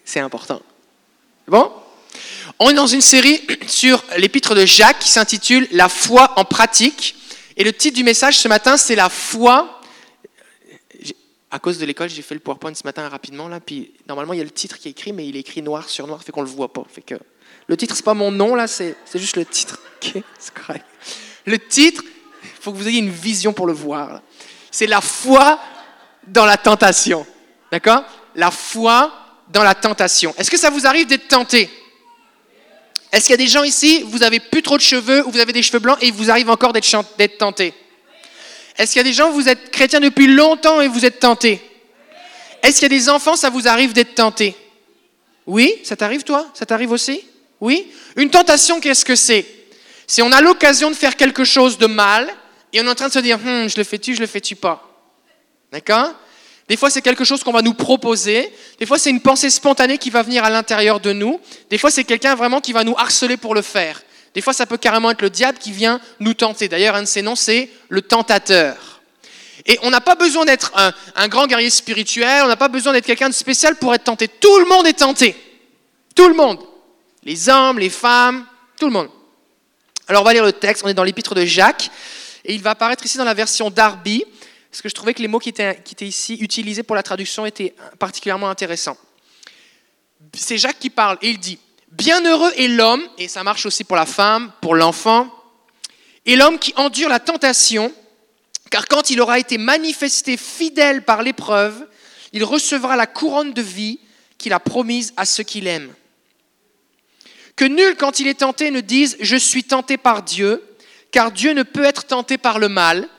C'est important. Bon? On est dans une série sur l'épître de Jacques qui s'intitule « La foi en pratique ». Et le titre du message ce matin, c'est « La foi ». À cause de l'école, j'ai fait le PowerPoint ce matin rapidement. Là, puis normalement, il y a le titre qui est écrit, mais il est écrit noir sur noir, fait qu'on ne le voit pas. Fait que le titre, ce n'est pas mon nom, là, c'est juste le titre. Okay, c'est correct. Le titre, il faut que vous ayez une vision pour le voir. Là. C'est « La foi dans la tentation ». D'accord? La foi dans la tentation. Est-ce que ça vous arrive d'être tenté? Est-ce qu'il y a des gens ici, vous n'avez plus trop de cheveux ou vous avez des cheveux blancs et il vous arrive encore d'être tenté? Est-ce qu'il y a des gens, vous êtes chrétiens depuis longtemps et vous êtes tentés? Est-ce qu'il y a des enfants, ça vous arrive d'être tentés? Oui? Ça t'arrive toi? Ça t'arrive aussi? Oui? Une tentation, qu'est-ce que c'est? C'est on a l'occasion de faire quelque chose de mal et on est en train de se dire, je le fais-tu pas? D'accord? Des fois, c'est quelque chose qu'on va nous proposer. Des fois, c'est une pensée spontanée qui va venir à l'intérieur de nous. Des fois, c'est quelqu'un vraiment qui va nous harceler pour le faire. Des fois, ça peut carrément être le diable qui vient nous tenter. D'ailleurs, un de ses noms, c'est le tentateur. Et on n'a pas besoin d'être un grand guerrier spirituel. On n'a pas besoin d'être quelqu'un de spécial pour être tenté. Tout le monde est tenté. Tout le monde. Les hommes, les femmes, tout le monde. Alors, on va lire le texte. On est dans l'épître de Jacques. Et il va apparaître ici dans la version Darby. Parce que je trouvais que les mots qui étaient ici utilisés pour la traduction étaient particulièrement intéressants. C'est Jacques qui parle et il dit « Bienheureux est l'homme, et ça marche aussi pour la femme, pour l'enfant, et l'homme qui endure la tentation, car quand il aura été manifesté fidèle par l'épreuve, il recevra la couronne de vie qu'il a promise à ceux qu'il aime. Que nul, quand il est tenté, ne dise « Je suis tenté par Dieu », car Dieu ne peut être tenté par le mal.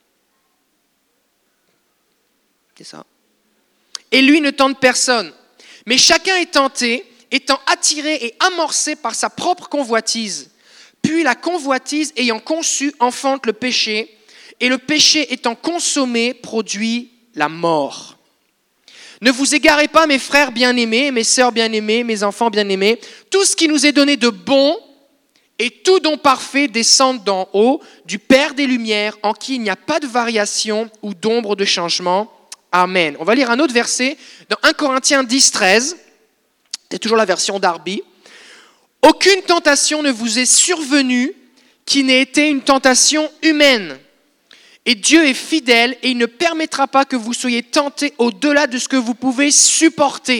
C'est ça. Et lui ne tente personne. Mais chacun est tenté, étant attiré et amorcé par sa propre convoitise. Puis la convoitise, ayant conçu, enfante le péché. Et le péché, étant consommé, produit la mort. Ne vous égarez pas, mes frères bien-aimés, mes sœurs bien-aimées, mes enfants bien-aimés. Tout ce qui nous est donné de bon et tout don parfait descend d'en haut, du Père des Lumières, en qui il n'y a pas de variation ou d'ombre de changement. Amen. On va lire un autre verset dans 1 Corinthiens 10, 13. C'est toujours la version Darby. « Aucune tentation ne vous est survenue qui n'ait été une tentation humaine. Et Dieu est fidèle et il ne permettra pas que vous soyez tentés au-delà de ce que vous pouvez supporter. »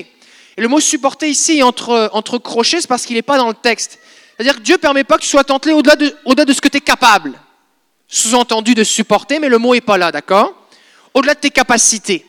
Et le mot « supporter » ici, entre crochets, c'est parce qu'il n'est pas dans le texte. C'est-à-dire que Dieu ne permet pas que tu sois tenté au-delà de ce que tu es capable. Sous-entendu de supporter, mais le mot n'est pas là, d'accord? Au-delà de tes capacités.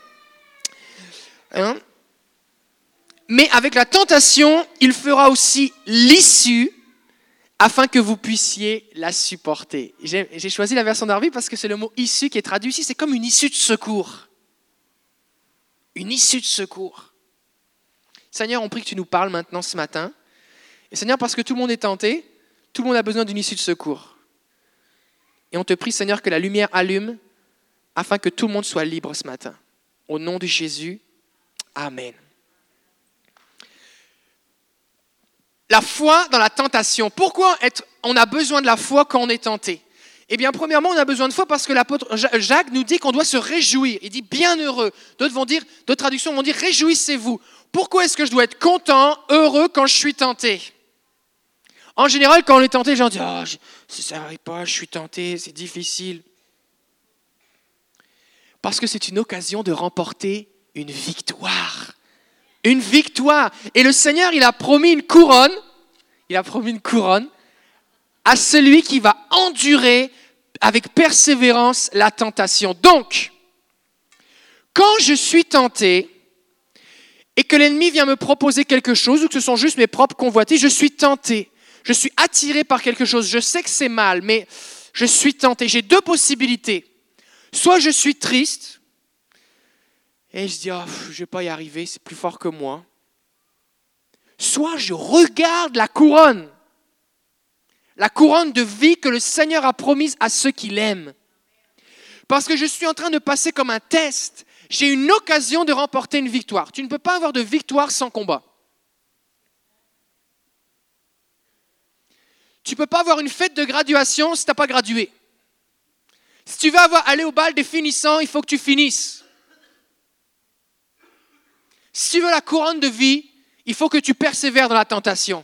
Mais avec la tentation, il fera aussi l'issue afin que vous puissiez la supporter. J'ai choisi la version Darby parce que c'est le mot « issue » qui est traduit ici. C'est comme une issue de secours. Une issue de secours. Seigneur, on prie que tu nous parles maintenant ce matin. Et Seigneur, parce que tout le monde est tenté, tout le monde a besoin d'une issue de secours. Et on te prie, Seigneur, que la lumière allume afin que tout le monde soit libre ce matin. Au nom de Jésus, Amen. La foi dans la tentation. Pourquoi on a besoin de la foi quand on est tenté? Eh bien, premièrement, on a besoin de foi parce que l'apôtre Jacques nous dit qu'on doit se réjouir. Il dit bienheureux. D'autres traductions vont dire réjouissez-vous. Pourquoi est-ce que je dois être content, heureux quand je suis tenté? En général, quand on est tenté, les gens disent ça n'arrive pas, je suis tenté, c'est difficile. Parce que c'est une occasion de remporter une victoire. Une victoire. Et le Seigneur, il a promis une couronne. Il a promis une couronne à celui qui va endurer avec persévérance la tentation. Donc, quand je suis tenté et que l'ennemi vient me proposer quelque chose ou que ce sont juste mes propres convoitises, je suis tenté. Je suis attiré par quelque chose. Je sais que c'est mal, mais je suis tenté. J'ai deux possibilités. Soit je suis triste et je dis je ne vais pas y arriver, c'est plus fort que moi. Soit je regarde la couronne de vie que le Seigneur a promise à ceux qui l'aiment. Parce que je suis en train de passer comme un test. J'ai une occasion de remporter une victoire. Tu ne peux pas avoir de victoire sans combat. Tu ne peux pas avoir une fête de graduation si tu n'as pas gradué. Si tu veux aller au bal des finissants, il faut que tu finisses. Si tu veux la couronne de vie, Il faut que tu persévères dans la tentation.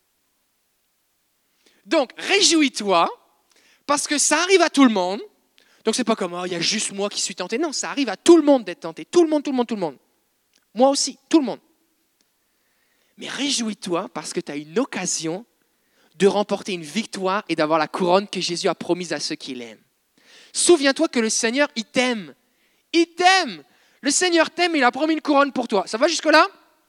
Donc, réjouis-toi, parce que ça arrive à tout le monde. Donc, c'est pas comme, il y a juste moi qui suis tenté. Non, ça arrive à tout le monde d'être tenté. Tout le monde. Moi aussi, tout le monde. Mais réjouis-toi parce que tu as une occasion de remporter une victoire et d'avoir la couronne que Jésus a promise à ceux qui l'aiment. Souviens-toi que le Seigneur, il t'aime. Il t'aime. Le Seigneur t'aime et il a promis une couronne pour toi. Ça va jusque-là?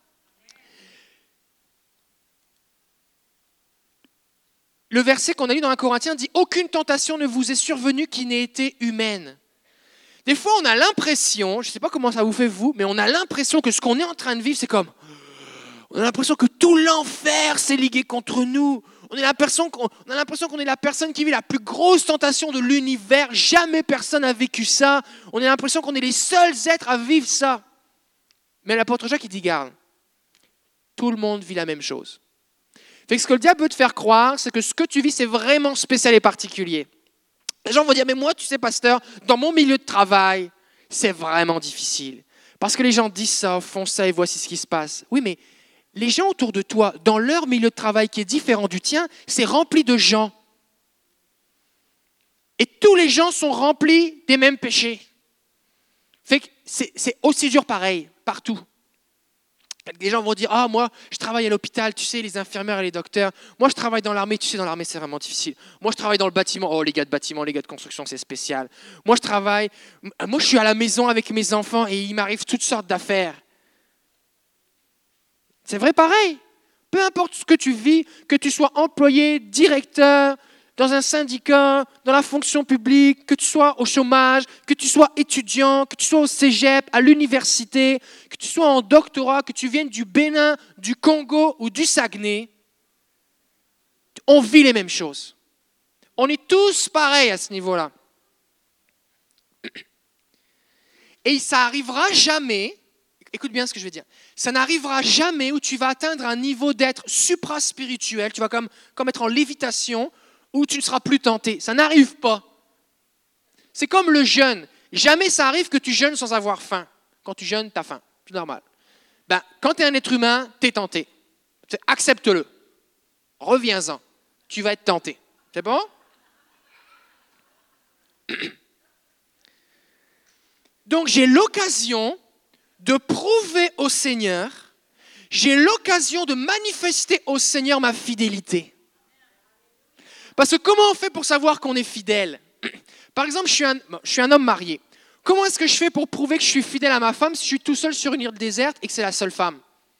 Le verset qu'on a lu dans 1 Corinthiens dit « Aucune tentation ne vous est survenue qui n'ait été humaine ». Des fois, on a l'impression, je ne sais pas comment ça vous fait vous, mais on a l'impression que ce qu'on est en train de vivre, c'est comme... On a l'impression que tout l'enfer s'est ligué contre nous. On a l'impression qu'on est la personne qui vit la plus grosse tentation de l'univers. Jamais personne n'a vécu ça. On a l'impression qu'on est les seuls êtres à vivre ça. Mais l'apôtre Jacques, il dit, garde, tout le monde vit la même chose. Fait que ce que le diable veut te faire croire, c'est que ce que tu vis, c'est vraiment spécial et particulier. Les gens vont dire, mais moi, tu sais, pasteur, dans mon milieu de travail, c'est vraiment difficile. Parce que les gens disent ça, font ça et voici ce qui se passe. Oui, mais les gens autour de toi, dans leur milieu de travail qui est différent du tien, c'est rempli de gens. Et tous les gens sont remplis des mêmes péchés. Fait que c'est aussi dur pareil, partout. Les gens vont dire, moi, je travaille à l'hôpital, tu sais, les infirmières et les docteurs. Moi, je travaille dans l'armée, tu sais, dans l'armée, c'est vraiment difficile. Moi, je travaille dans le bâtiment. Les gars de bâtiment, les gars de construction, c'est spécial. Moi, je suis à la maison avec mes enfants et il m'arrive toutes sortes d'affaires. C'est vrai pareil. Peu importe ce que tu vis, que tu sois employé, directeur, dans un syndicat, dans la fonction publique, que tu sois au chômage, que tu sois étudiant, que tu sois au cégep, à l'université, que tu sois en doctorat, que tu viennes du Bénin, du Congo ou du Saguenay, on vit les mêmes choses. On est tous pareils à ce niveau-là. Et ça n'arrivera jamais, écoute bien ce que je vais dire, ça n'arrivera jamais où tu vas atteindre un niveau d'être supra-spirituel, tu vas comme être en lévitation, où tu ne seras plus tenté. Ça n'arrive pas. C'est comme le jeûne. Jamais ça arrive que tu jeûnes sans avoir faim. Quand tu jeûnes, tu as faim. C'est normal. Quand tu es un être humain, tu es tenté. Accepte-le. Reviens-en. Tu vas être tenté. C'est bon? Donc j'ai l'occasion de prouver au Seigneur, j'ai l'occasion de manifester au Seigneur ma fidélité. Parce que comment on fait pour savoir qu'on est fidèle? Par exemple, je suis un homme marié. Comment est-ce que je fais pour prouver que je suis fidèle à ma femme si je suis tout seul sur une île déserte et que c'est la seule femme?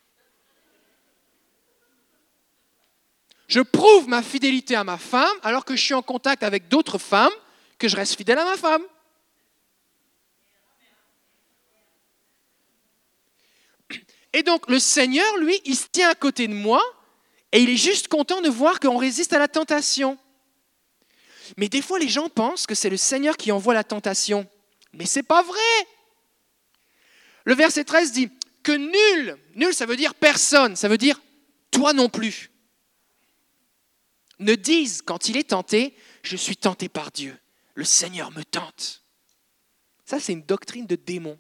Je prouve ma fidélité à ma femme alors que je suis en contact avec d'autres femmes, que je reste fidèle à ma femme. Et donc, le Seigneur, lui, il se tient à côté de moi et il est juste content de voir qu'on résiste à la tentation. Mais des fois, les gens pensent que c'est le Seigneur qui envoie la tentation. Mais ce n'est pas vrai. Le verset 13 dit que nul ça veut dire personne, ça veut dire toi non plus, ne dise quand il est tenté, je suis tenté par Dieu. Le Seigneur me tente. Ça, c'est une doctrine de démon.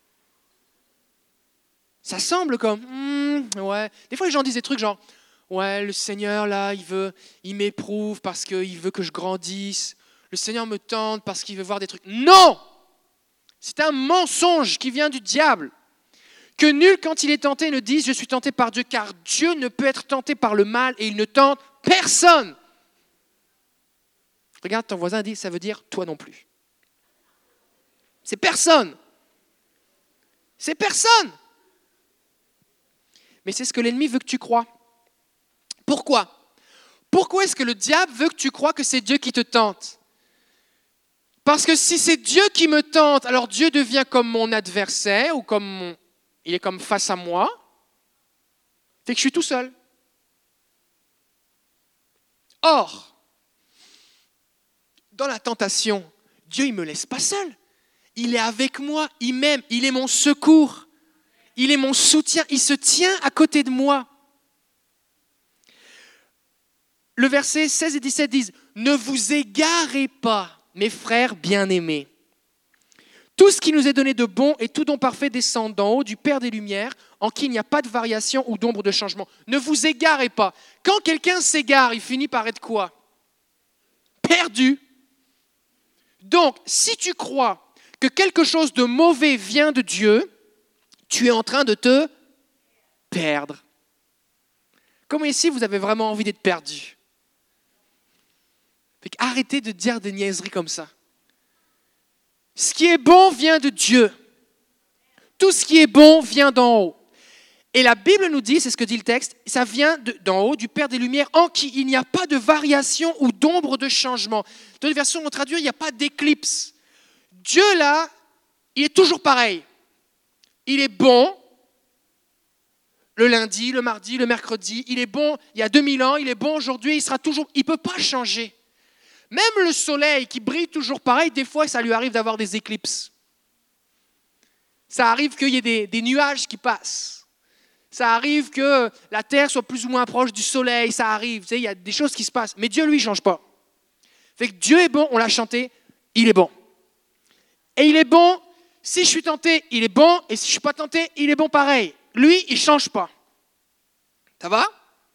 Ça semble comme, ouais. Des fois, les gens disent des trucs genre, ouais, le Seigneur, là, il m'éprouve parce qu'il veut que je grandisse. Le Seigneur me tente parce qu'il veut voir des trucs. Non! C'est un mensonge qui vient du diable. Que nul, quand il est tenté, ne dise « Je suis tenté par Dieu », car Dieu ne peut être tenté par le mal et il ne tente personne. Regarde ton voisin, dit, ça veut dire « toi non plus ». C'est personne. C'est personne. Mais c'est ce que l'ennemi veut que tu crois. Pourquoi? Pourquoi est-ce que le diable veut que tu crois que c'est Dieu qui te tente? Parce que si c'est Dieu qui me tente, alors Dieu devient comme mon adversaire ou il est comme face à moi, fait que je suis tout seul. Or, dans la tentation, Dieu, il ne me laisse pas seul. Il est avec moi, il m'aime, il est mon secours, il est mon soutien, il se tient à côté de moi. Le verset 16 et 17 disent « Ne vous égarez pas, mes frères bien-aimés. Tout ce qui nous est donné de bon et tout don parfait descend d'en haut du Père des Lumières, en qui il n'y a pas de variation ou d'ombre de changement. Ne vous égarez pas. Quand quelqu'un s'égare, il finit par être quoi? Perdu. Donc, si tu crois que quelque chose de mauvais vient de Dieu, tu es en train de te perdre. Comme ici, vous avez vraiment envie d'être perdu. Arrêtez de dire des niaiseries comme ça. Ce qui est bon vient de Dieu. Tout ce qui est bon vient d'en haut. Et la Bible nous dit, c'est ce que dit le texte, ça vient d'en haut, du Père des Lumières, en qui il n'y a pas de variation ou d'ombre de changement. Dans les versions vont traduire, il n'y a pas d'éclipse. Dieu là, il est toujours pareil. Il est bon le lundi, le mardi, le mercredi. Il est bon il y a 2000 ans, il est bon aujourd'hui, il sera toujours. Il ne peut pas changer. Même le soleil qui brille toujours pareil, des fois ça lui arrive d'avoir des éclipses. Ça arrive qu'il y ait des nuages qui passent. Ça arrive que la terre soit plus ou moins proche du soleil. Ça arrive, tu sais, il y a des choses qui se passent. Mais Dieu, lui, ne change pas. Fait que Dieu est bon, on l'a chanté, il est bon. Et il est bon, si je suis tenté, il est bon. Et si je ne suis pas tenté, il est bon pareil. Lui, il ne change pas. Ça va?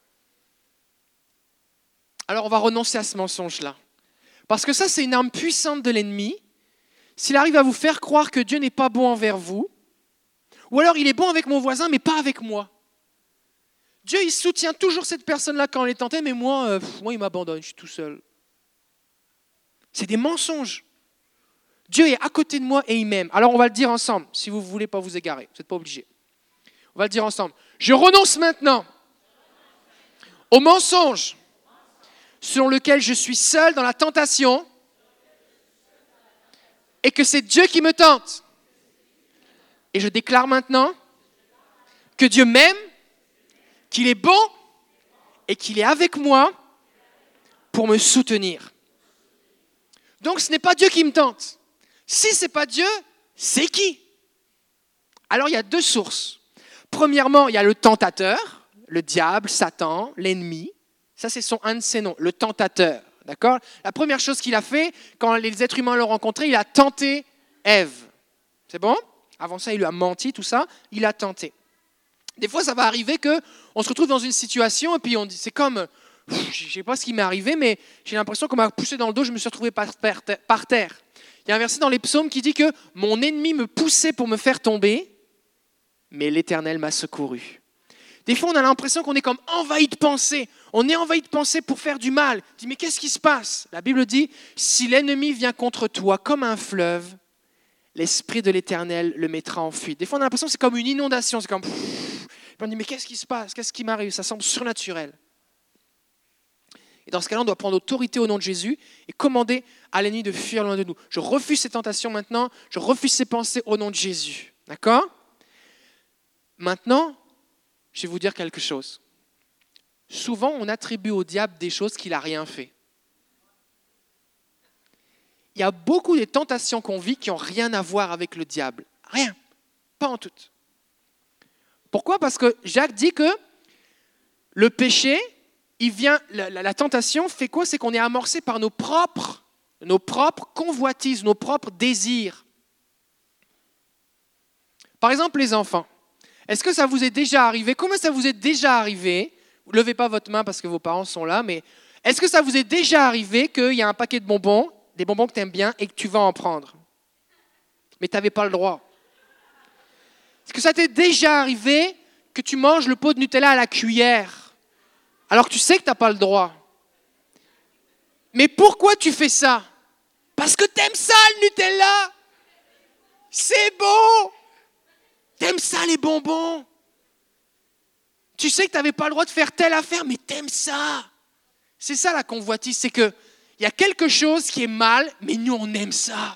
Alors on va renoncer à ce mensonge-là. Parce que ça, c'est une arme puissante de l'ennemi. S'il arrive à vous faire croire que Dieu n'est pas bon envers vous, ou alors il est bon avec mon voisin, mais pas avec moi. Dieu, il soutient toujours cette personne-là quand elle est tentée, mais moi, il m'abandonne, je suis tout seul. C'est des mensonges. Dieu est à côté de moi et il m'aime. Alors on va le dire ensemble, si vous ne voulez pas vous égarer, vous n'êtes pas obligés. On va le dire ensemble. Je renonce maintenant au mensonge selon lequel je suis seul dans la tentation et que c'est Dieu qui me tente. Et je déclare maintenant que Dieu m'aime, qu'il est bon et qu'il est avec moi pour me soutenir. Donc ce n'est pas Dieu qui me tente. Si ce n'est pas Dieu, c'est qui? Alors il y a deux sources. Premièrement, il y a le tentateur, le diable, Satan, l'ennemi. Ça, c'est un de ses noms, le tentateur. D'accord? La première chose qu'il a fait, quand les êtres humains l'ont rencontré, il a tenté Ève. C'est bon? Avant ça, il lui a menti, tout ça. Il a tenté. Des fois, ça va arriver qu'on se retrouve dans une situation et puis on dit, c'est comme, je ne sais pas ce qui m'est arrivé, mais j'ai l'impression qu'on m'a poussé dans le dos, je me suis retrouvé par terre. Il y a un verset dans les psaumes qui dit que mon ennemi me poussait pour me faire tomber, mais l'Éternel m'a secouru. Des fois, on a l'impression qu'on est comme envahi de pensées. On est envahi de pensées pour faire du mal. On dit, mais qu'est-ce qui se passe? La Bible dit, si l'ennemi vient contre toi comme un fleuve, l'Esprit de l'Éternel le mettra en fuite. Des fois, on a l'impression que c'est comme une inondation. C'est comme... on dit, mais qu'est-ce qui se passe? Qu'est-ce qui m'arrive? Ça semble surnaturel. Et dans ce cas-là, on doit prendre autorité au nom de Jésus et commander à l'ennemi de fuir loin de nous. Je refuse ces tentations maintenant. Je refuse ces pensées au nom de Jésus. D'accord? Maintenant, je vais vous dire quelque chose. Souvent, on attribue au diable des choses qu'il n'a rien fait. Il y a beaucoup de tentations qu'on vit qui n'ont rien à voir avec le diable. Rien. Pas en tout. Pourquoi? Parce que Jacques dit que le péché, il vient, la tentation fait quoi? C'est qu'on est amorcé par nos propres convoitises, nos propres désirs. Par exemple, les enfants. Est-ce que ça vous est déjà arrivé? Comment ça vous est déjà arrivé? Vous ne levez pas votre main parce que vos parents sont là, mais est-ce que ça vous est déjà arrivé qu'il y a un paquet de bonbons, des bonbons que tu aimes bien et que tu vas en prendre? Mais tu n'avais pas le droit. Est-ce que ça t'est déjà arrivé que tu manges le pot de Nutella à la cuillère alors que tu sais que tu n'as pas le droit? Mais pourquoi tu fais ça? Parce que tu aimes ça le Nutella! C'est beau! T'aimes ça les bonbons? Tu sais que tu n'avais pas le droit de faire telle affaire, mais t'aimes ça. C'est ça la convoitise, c'est qu'il y a quelque chose qui est mal, mais nous on aime ça.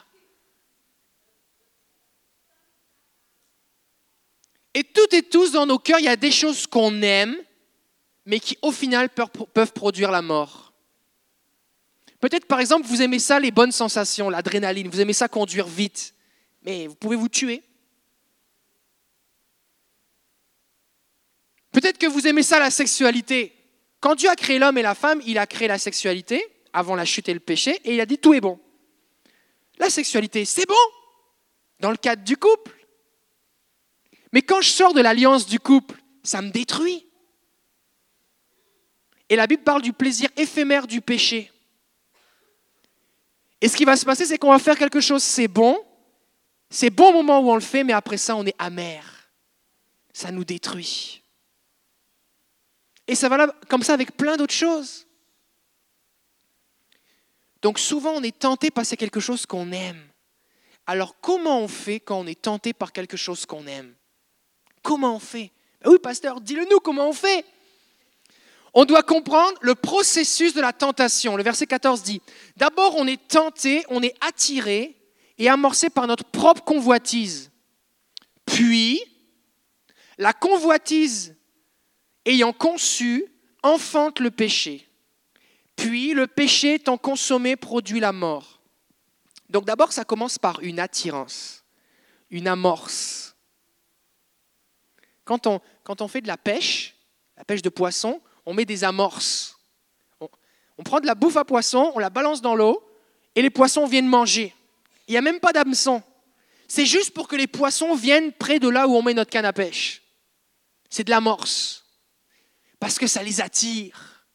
Et toutes et tous dans nos cœurs, il y a des choses qu'on aime, mais qui au final peuvent produire la mort. Peut-être par exemple, vous aimez ça, les bonnes sensations, l'adrénaline, vous aimez ça conduire vite, mais vous pouvez vous tuer. Peut-être que vous aimez ça, la sexualité. Quand Dieu a créé l'homme et la femme, il a créé la sexualité avant la chute et le péché, et il a dit tout est bon. La sexualité, c'est bon. dans le cadre du couple. Mais quand je sors de l'alliance du couple, ça me détruit. Et la Bible parle du plaisir éphémère du péché. Et ce qui va se passer, c'est qu'on va faire quelque chose, c'est bon au moment où on le fait, mais après ça, on est amer. Ça nous détruit. Et ça va là, comme ça avec plein d'autres choses. Donc souvent, on est tenté par quelque chose qu'on aime. Alors comment on fait quand on est tenté par quelque chose qu'on aime? Comment on fait? Oui, pasteur, dis-le-nous, comment on fait? On doit comprendre le processus de la tentation. Le verset 14 dit, « D'abord, on est tenté, on est attiré et amorcé par notre propre convoitise. Puis, la convoitise ayant conçu, enfante le péché. Puis, le péché étant consommé produit la mort. » Donc d'abord, ça commence par une attirance, une amorce. Quand on fait de la pêche de poisson, on met des amorces. On prend de la bouffe à poisson, on la balance dans l'eau et les poissons viennent manger. Il n'y a même pas d'hameçon. C'est juste pour que les poissons viennent près de là où on met notre canne à pêche. C'est de l'amorce. Parce que ça les attire.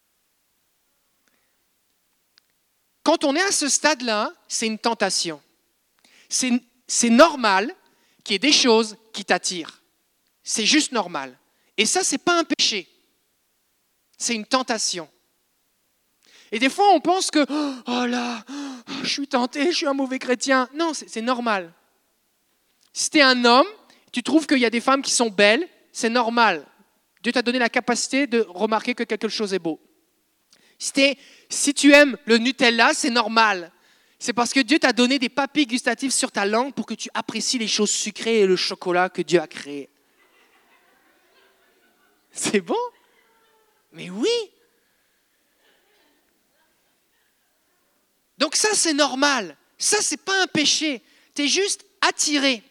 Quand on est à ce stade-là, c'est une tentation. C'est normal qu'il y ait des choses qui t'attirent. C'est juste normal. Et ça, ce n'est pas un péché. C'est une tentation. Et des fois, on pense que « Oh là, je suis tenté, je suis un mauvais chrétien. » Non, c'est normal. Si tu es un homme, tu trouves qu'il y a des femmes qui sont belles, c'est normal. Dieu t'a donné la capacité de remarquer que quelque chose est beau. Si tu aimes le Nutella, c'est normal. C'est parce que Dieu t'a donné des papilles gustatives sur ta langue pour que tu apprécies les choses sucrées et le chocolat que Dieu a créé. C'est bon? Mais oui! Donc ça, c'est normal. Ça, c'est pas un péché. Tu es juste attiré.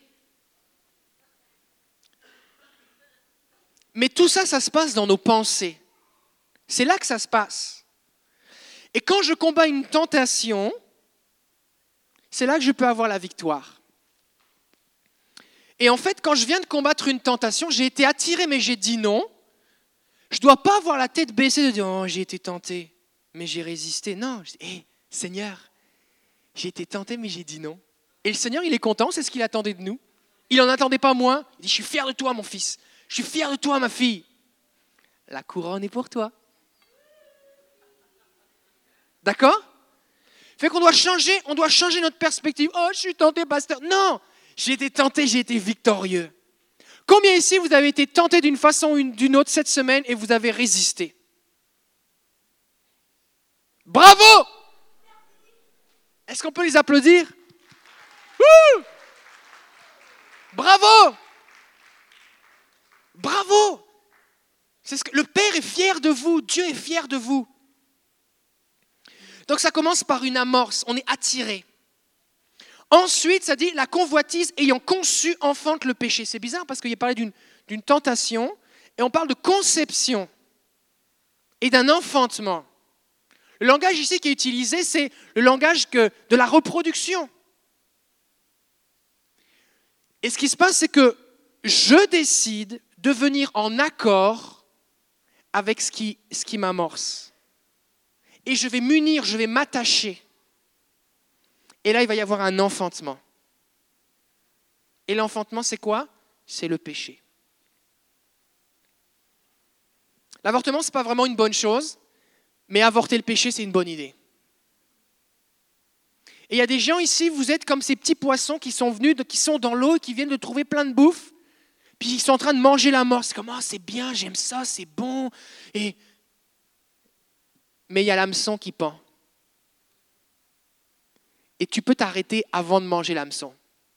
Mais tout ça, ça se passe dans nos pensées. C'est là que ça se passe. Et quand je combats une tentation, c'est là que je peux avoir la victoire. Et en fait, quand je viens de combattre une tentation, j'ai été attiré, mais j'ai dit non. Je ne dois pas avoir la tête baissée de dire « Oh, j'ai été tenté, mais j'ai résisté. » Non, je dis « Hé, Seigneur, j'ai été tenté, mais j'ai dit non. » Et le Seigneur, il est content, c'est ce qu'il attendait de nous. Il n'en attendait pas moins. Il dit « Je suis fier de toi, mon fils. Je suis fier de toi, ma fille. La couronne est pour toi. » D'accord? Fait qu'on doit changer notre perspective. « Oh, je suis tenté, pasteur. » Non, j'ai été tenté, j'ai été victorieux. Combien ici vous avez été tenté d'une façon ou d'une autre cette semaine et vous avez résisté? Bravo! Est-ce qu'on peut les applaudir? Wouh! Bravo! Bravo! Le Père est fier de vous, Dieu est fier de vous. Donc ça commence par une amorce, on est attiré. Ensuite, ça dit, la convoitise ayant conçu enfante le péché. C'est bizarre parce qu'il y a parlé d'une tentation et on parle de conception et d'un enfantement. Le langage ici qui est utilisé, c'est le langage de la reproduction. Et ce qui se passe, c'est que je décide de venir en accord avec ce qui m'amorce. Et je vais m'unir, je vais m'attacher. Et là, il va y avoir un enfantement. Et l'enfantement, c'est quoi? C'est le péché. L'avortement, ce n'est pas vraiment une bonne chose, mais avorter le péché, c'est une bonne idée. Et il y a des gens ici, vous êtes comme ces petits poissons qui sont venus, qui sont dans l'eau et qui viennent de trouver plein de bouffe, puis ils sont en train de manger la mort. C'est comme, oh, c'est bien, j'aime ça, c'est bon. Mais il y a l'hameçon qui pend. Et tu peux t'arrêter avant de manger l'hameçon.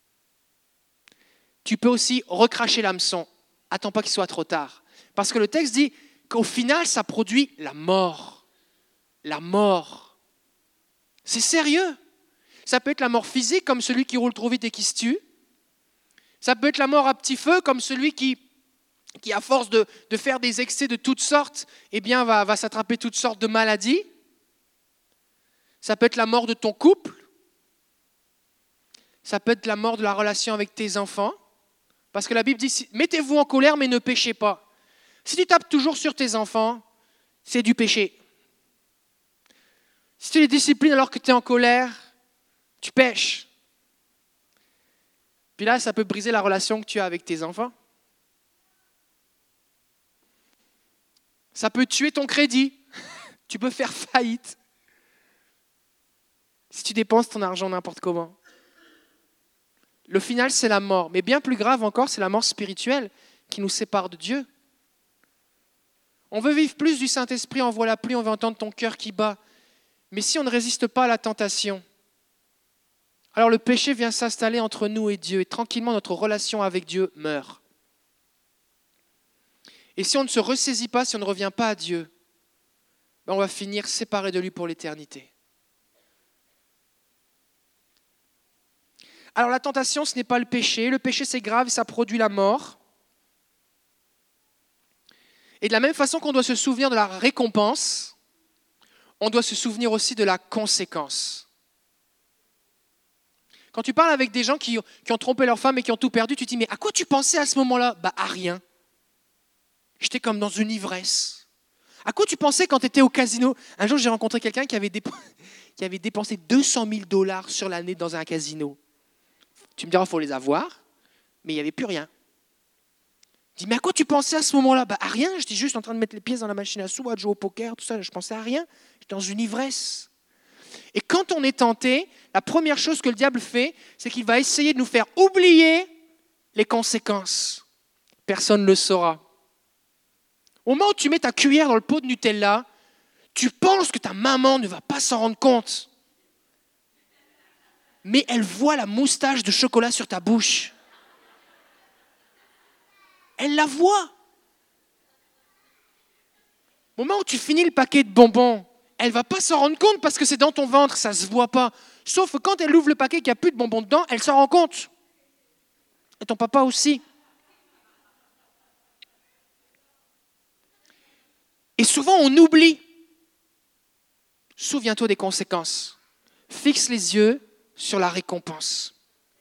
Tu peux aussi recracher l'hameçon. Attends pas qu'il soit trop tard. Parce que le texte dit qu'au final, ça produit la mort. La mort. C'est sérieux. Ça peut être la mort physique, comme celui qui roule trop vite et qui se tue. Ça peut être la mort à petit feu, comme celui qui à force de faire des excès de toutes sortes, eh bien, va s'attraper toutes sortes de maladies. Ça peut être la mort de ton couple. Ça peut être la mort de la relation avec tes enfants. Parce que la Bible dit, mettez-vous en colère, mais ne péchez pas. Si tu tapes toujours sur tes enfants, c'est du péché. Si tu les disciplines alors que tu es en colère, tu pèches. Puis là, ça peut briser la relation que tu as avec tes enfants. Ça peut tuer ton crédit. Tu peux faire faillite si tu dépenses ton argent n'importe comment. Le final, c'est la mort. Mais bien plus grave encore, c'est la mort spirituelle qui nous sépare de Dieu. On veut vivre plus du Saint-Esprit, envoie la pluie, on veut entendre ton cœur qui bat. Mais si on ne résiste pas à la tentation, alors le péché vient s'installer entre nous et Dieu et tranquillement notre relation avec Dieu meurt. Et si on ne se ressaisit pas, si on ne revient pas à Dieu, on va finir séparés de lui pour l'éternité. Alors la tentation, ce n'est pas le péché. Le péché, c'est grave, ça produit la mort. Et de la même façon qu'on doit se souvenir de la récompense, on doit se souvenir aussi de la conséquence. Quand tu parles avec des gens qui ont trompé leur femme et qui ont tout perdu, tu te dis, mais à quoi tu pensais à ce moment-là ? À rien. J'étais comme dans une ivresse. À quoi tu pensais quand tu étais au casino ? Un jour, j'ai rencontré quelqu'un qui avait dépensé 200 000 $ sur l'année dans un casino. Tu me diras, il faut les avoir, mais il n'y avait plus rien. Je dis, mais à quoi tu pensais à ce moment-là ? À rien, j'étais juste en train de mettre les pièces dans la machine à sous, à jouer au poker, tout ça, je pensais à rien. J'étais dans une ivresse. Et quand on est tenté, la première chose que le diable fait, c'est qu'il va essayer de nous faire oublier les conséquences. Personne ne le saura. Au moment où tu mets ta cuillère dans le pot de Nutella, tu penses que ta maman ne va pas s'en rendre compte. Mais elle voit la moustache de chocolat sur ta bouche. Elle la voit. Au moment où tu finis le paquet de bonbons, elle ne va pas s'en rendre compte parce que c'est dans ton ventre, ça ne se voit pas. Sauf que quand elle ouvre le paquet et qu'il n'y a plus de bonbons dedans, elle s'en rend compte. Et ton papa aussi. Et souvent, on oublie. Souviens-toi des conséquences. Fixe les yeux sur la récompense.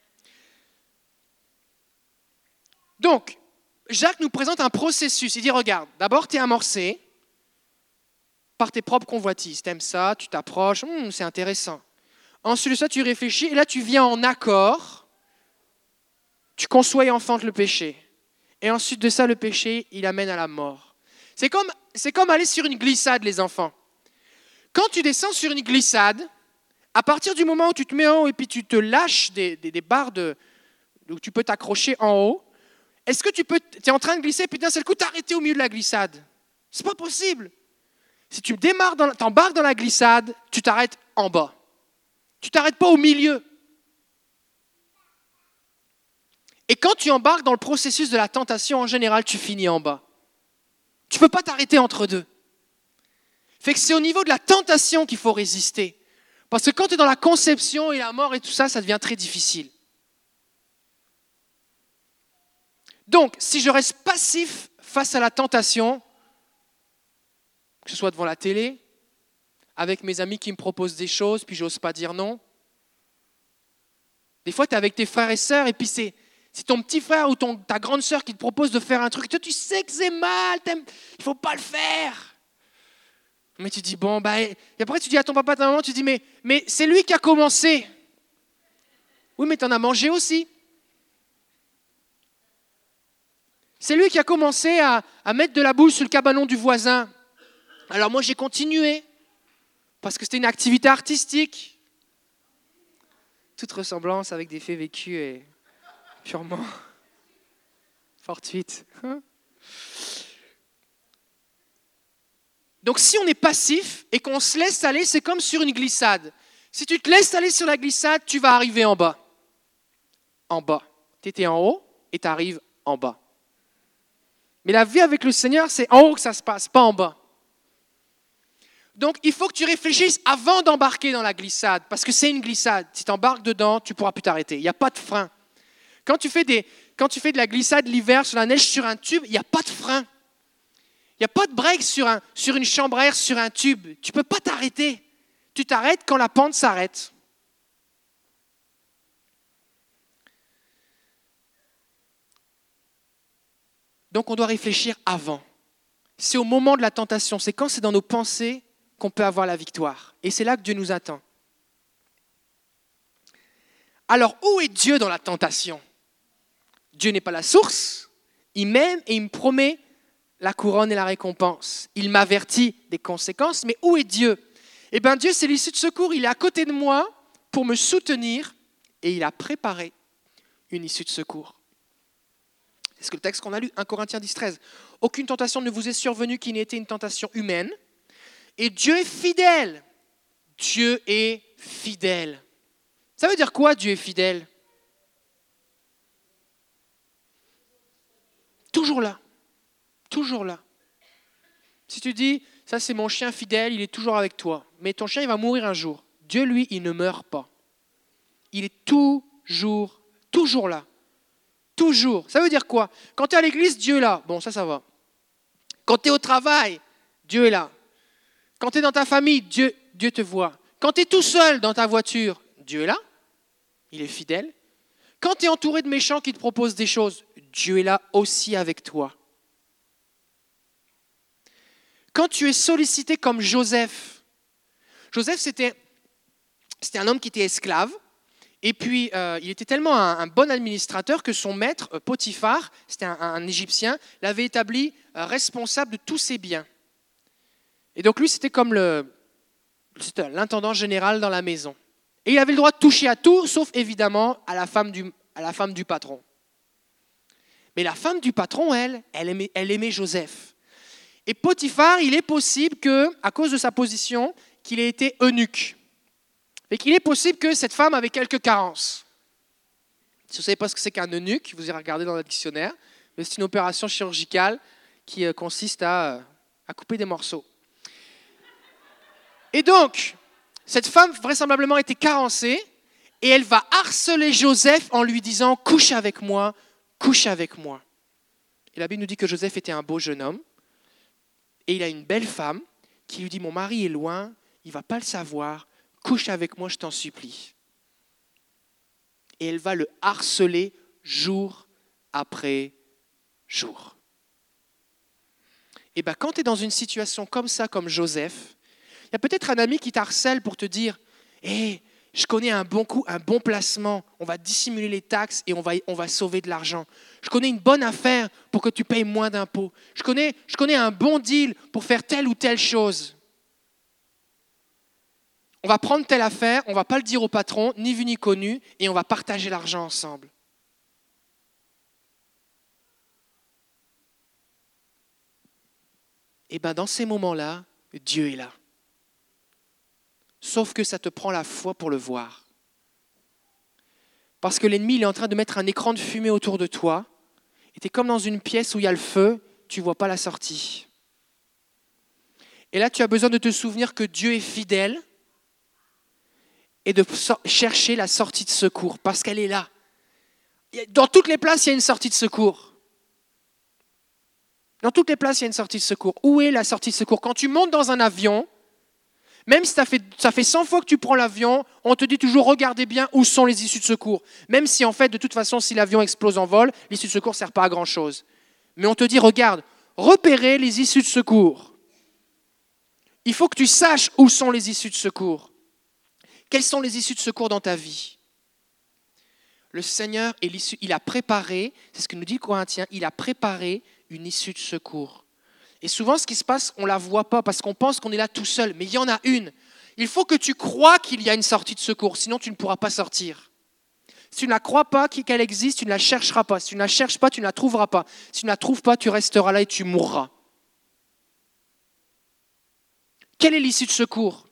Donc, Jacques nous présente un processus. Il dit, regarde, d'abord, tu es amorcé par tes propres convoitises. Tu aimes ça, tu t'approches, c'est intéressant. Ensuite de ça, tu réfléchis et là, tu viens en accord. Tu conçois et enfantes le péché. Et ensuite de ça, le péché, il amène à la mort. C'est comme aller sur une glissade, les enfants. Quand tu descends sur une glissade, à partir du moment où tu te mets en haut et puis tu te lâches des barres où tu peux t'accrocher en haut, est-ce que tu es en train de glisser et puis d'un seul coup t'arrêter au milieu de la glissade ? C'est pas possible. Si tu t'embarques dans la glissade, tu t'arrêtes en bas. Tu t'arrêtes pas au milieu. Et quand tu embarques dans le processus de la tentation, en général, tu finis en bas. Tu ne peux pas t'arrêter entre deux. Fait que c'est au niveau de la tentation qu'il faut résister. Parce que quand tu es dans la conception et la mort et tout ça, ça devient très difficile. Donc, si je reste passif face à la tentation, que ce soit devant la télé, avec mes amis qui me proposent des choses, puis j'ose pas dire non. Des fois, tu es avec tes frères et sœurs, et puis c'est ton petit frère ou ta grande sœur qui te propose de faire un truc. Toi, tu sais que c'est mal, il ne faut pas le faire. Mais tu dis, bon, et après tu dis à ton papa, ta maman, tu dis, mais c'est lui qui a commencé. Oui, mais tu en as mangé aussi. C'est lui qui a commencé à mettre de la boule sur le cabanon du voisin. Alors moi, j'ai continué, parce que c'était une activité artistique. Toute ressemblance avec des faits vécus est purement fortuite. Donc si on est passif et qu'on se laisse aller, c'est comme sur une glissade. Si tu te laisses aller sur la glissade, tu vas arriver en bas. En bas. Tu étais en haut et tu arrives en bas. Mais la vie avec le Seigneur, c'est en haut que ça se passe, pas en bas. Donc il faut que tu réfléchisses avant d'embarquer dans la glissade, parce que c'est une glissade. Si tu embarques dedans, tu ne pourras plus t'arrêter. Il n'y a pas de frein. Quand tu fais de la glissade l'hiver sur la neige sur un tube, il n'y a pas de frein. Il n'y a pas de break sur une chambre à air, sur un tube. Tu ne peux pas t'arrêter. Tu t'arrêtes quand la pente s'arrête. Donc on doit réfléchir avant. C'est au moment de la tentation, c'est quand c'est dans nos pensées qu'on peut avoir la victoire. Et c'est là que Dieu nous attend. Alors, où est Dieu dans la tentation? Dieu n'est pas la source. Il m'aime et il me promet la couronne et la récompense. Il m'avertit des conséquences, mais où est Dieu? Eh bien, Dieu, c'est l'issue de secours. Il est à côté de moi pour me soutenir et il a préparé une issue de secours. C'est ce que le texte qu'on a lu, 1 Corinthiens 10, 13. Aucune tentation ne vous est survenue qui n'ait été une tentation humaine. Et Dieu est fidèle. Dieu est fidèle. Ça veut dire quoi, Dieu est fidèle? Toujours là. Toujours là. Si tu dis, ça c'est mon chien fidèle, il est toujours avec toi. Mais ton chien, il va mourir un jour. Dieu, lui, il ne meurt pas. Il est toujours là. Toujours. Ça veut dire quoi? Quand tu es à l'église, Dieu est là. Bon, ça va. Quand tu es au travail, Dieu est là. Quand tu es dans ta famille, Dieu te voit. Quand tu es tout seul dans ta voiture, Dieu est là. Il est fidèle. Quand tu es entouré de méchants qui te proposent des choses, Dieu est là aussi avec toi. Quand tu es sollicité comme Joseph, c'était un homme qui était esclave. Et puis, il était tellement un bon administrateur que son maître, Potiphar, c'était un Égyptien, l'avait établi responsable de tous ses biens. Et donc lui, c'était comme c'était l'intendant général dans la maison. Et il avait le droit de toucher à tout, sauf évidemment à la femme du patron. Mais la femme du patron, elle aimait Joseph. Et Potiphar, il est possible qu'à cause de sa position, qu'il ait été eunuque. Et qu'il est possible que cette femme avait quelques carences. Si vous ne savez pas ce que c'est qu'un eunuque, vous irez regarder dans le dictionnaire. Mais c'est une opération chirurgicale qui consiste à couper des morceaux. Et donc, cette femme vraisemblablement était carencée et elle va harceler Joseph en lui disant « couche avec moi, couche avec moi ». Et la Bible nous dit que Joseph était un beau jeune homme et il a une belle femme qui lui dit « mon mari est loin, il ne va pas le savoir, couche avec moi, je t'en supplie ». Et elle va le harceler jour après jour. Et bien quand tu es dans une situation comme ça, comme Joseph, il y a peut-être un ami qui t'harcèle pour te dire « Hé, je connais un bon coup, un bon placement, on va dissimuler les taxes et on va sauver de l'argent. Je connais une bonne affaire pour que tu payes moins d'impôts. Je connais un bon deal pour faire telle ou telle chose. On va prendre telle affaire, on ne va pas le dire au patron, ni vu ni connu, et on va partager l'argent ensemble. » Et bien dans ces moments-là, Dieu est là. Sauf que ça te prend la foi pour le voir. Parce que l'ennemi, il est en train de mettre un écran de fumée autour de toi. Et tu es comme dans une pièce où il y a le feu, tu ne vois pas la sortie. Et là, tu as besoin de te souvenir que Dieu est fidèle et de chercher la sortie de secours, parce qu'elle est là. Dans toutes les places, il y a une sortie de secours. Dans toutes les places, il y a une sortie de secours. Où est la sortie de secours? Quand tu montes dans un avion, même si ça fait 100 fois que tu prends l'avion, on te dit toujours, regardez bien où sont les issues de secours. Même si en fait, de toute façon, si l'avion explose en vol, l'issue de secours ne sert pas à grand-chose. Mais on te dit, regarde, repérez les issues de secours. Il faut que tu saches où sont les issues de secours. Quelles sont les issues de secours dans ta vie? Le Seigneur est l'issue, il a préparé, c'est ce que nous dit Corinthiens, il a préparé une issue de secours. Et souvent, ce qui se passe, on ne la voit pas parce qu'on pense qu'on est là tout seul. Mais il y en a une. Il faut que tu crois qu'il y a une sortie de secours, sinon tu ne pourras pas sortir. Si tu ne la crois pas qu'elle existe, tu ne la chercheras pas. Si tu ne la cherches pas, tu ne la trouveras pas. Si tu ne la trouves pas, tu resteras là et tu mourras. Quelle est l'issue de secours?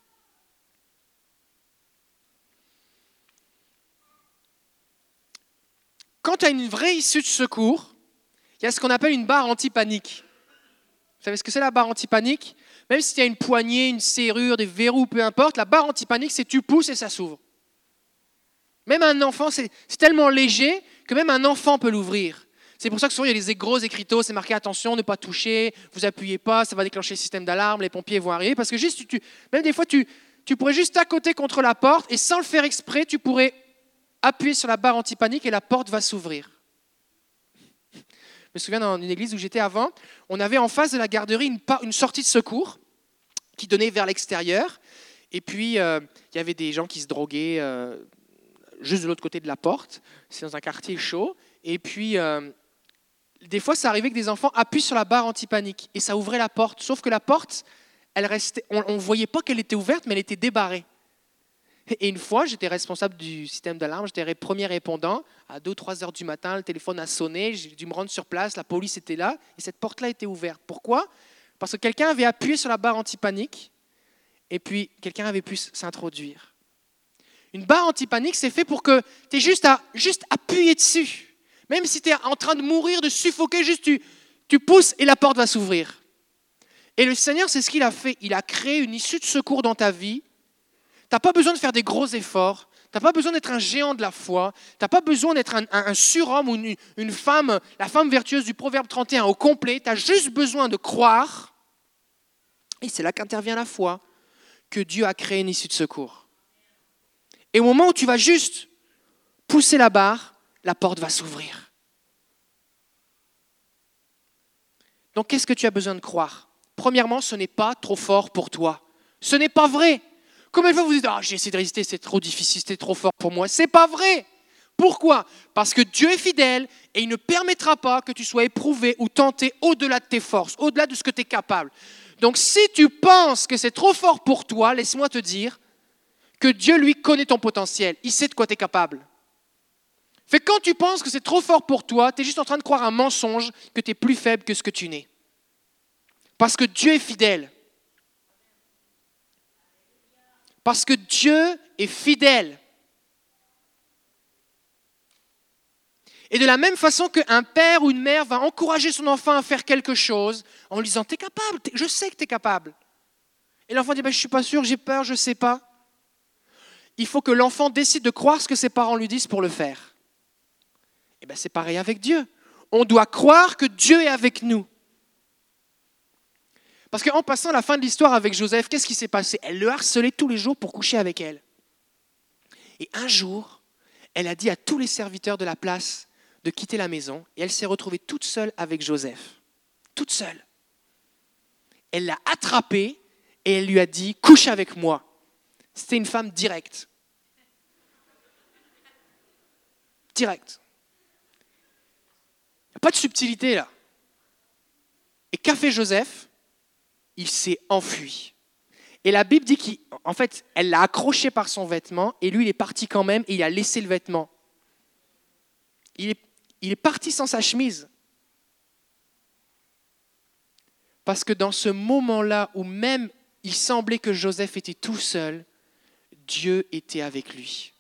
Quand tu as une vraie issue de secours, il y a ce qu'on appelle une barre anti-panique. Vous savez ce que c'est la barre anti-panique? Même s'il y a une poignée, une serrure, des verrous, peu importe, la barre anti-panique, c'est tu pousses et ça s'ouvre. Même un enfant, c'est tellement léger que même un enfant peut l'ouvrir. C'est pour ça que souvent il y a des gros écriteaux, c'est marqué attention, ne pas toucher, vous appuyez pas, ça va déclencher le système d'alarme, les pompiers vont arriver. Parce que juste, même des fois, tu pourrais juste t'accoter contre la porte et sans le faire exprès, tu pourrais appuyer sur la barre anti-panique et la porte va s'ouvrir. me souviens dans une église où j'étais avant, on avait en face de la garderie une sortie de secours qui donnait vers l'extérieur. Et puis, il y avait des gens qui se droguaient juste de l'autre côté de la porte. C'est dans un quartier chaud. Et puis, des fois, ça arrivait que des enfants appuient sur la barre anti-panique et ça ouvrait la porte. Sauf que la porte, elle restait, on ne voyait pas qu'elle était ouverte, mais elle était débarrée. Et une fois, j'étais responsable du système d'alarme, j'étais premier répondant. À 2 ou 3 heures du matin, le téléphone a sonné, j'ai dû me rendre sur place, la police était là, et cette porte-là était ouverte. Pourquoi ? Parce que quelqu'un avait appuyé sur la barre anti-panique, et puis quelqu'un avait pu s'introduire. Une barre anti-panique, c'est fait pour que tu aies juste à appuyer dessus. Même si tu es en train de mourir, de suffoquer, juste tu pousses et la porte va s'ouvrir. Et le Seigneur, c'est ce qu'il a fait. Il a créé une issue de secours dans ta vie. Tu n'as pas besoin de faire des gros efforts. Tu n'as pas besoin d'être un géant de la foi. Tu n'as pas besoin d'être un surhomme ou une femme, la femme vertueuse du Proverbe 31 au complet. Tu as juste besoin de croire. Et c'est là qu'intervient la foi, que Dieu a créé une issue de secours. Et au moment où tu vas juste pousser la barre, la porte va s'ouvrir. Donc, qu'est-ce que tu as besoin de croire ? Premièrement, ce n'est pas trop fort pour toi. Ce n'est pas vrai. Combien de fois vous dites « j'ai essayé de résister, c'est trop difficile, c'est trop fort pour moi ». Ce n'est pas vrai. Pourquoi ? Parce que Dieu est fidèle et il ne permettra pas que tu sois éprouvé ou tenté au-delà de tes forces, au-delà de ce que tu es capable. Donc, si tu penses que c'est trop fort pour toi, laisse-moi te dire que Dieu, lui, connaît ton potentiel. Il sait de quoi tu es capable. Fait que quand tu penses que c'est trop fort pour toi, tu es juste en train de croire un mensonge que tu es plus faible que ce que tu n'es. Parce que Dieu est fidèle. Parce que Dieu est fidèle. Et de la même façon qu'un père ou une mère va encourager son enfant à faire quelque chose en lui disant « T'es capable, je sais que tu es capable ». Et l'enfant dit « Je ne suis pas sûr, j'ai peur, je ne sais pas ». Il faut que l'enfant décide de croire ce que ses parents lui disent pour le faire. Et bien c'est pareil avec Dieu. On doit croire que Dieu est avec nous. Parce qu'en passant à la fin de l'histoire avec Joseph, qu'est-ce qui s'est passé ? Elle le harcelait tous les jours pour coucher avec elle. Et un jour, elle a dit à tous les serviteurs de la place de quitter la maison et elle s'est retrouvée toute seule avec Joseph. Toute seule. Elle l'a attrapé et elle lui a dit « Couche avec moi ». C'était une femme directe. Directe. Il n'y a pas de subtilité là. Et qu'a fait Joseph ? Il s'est enfui. Et la Bible dit qu'en fait, elle l'a accroché par son vêtement et lui, il est parti quand même et il a laissé le vêtement. Il est parti sans sa chemise. Parce que dans ce moment-là où même il semblait que Joseph était tout seul, Dieu était avec lui.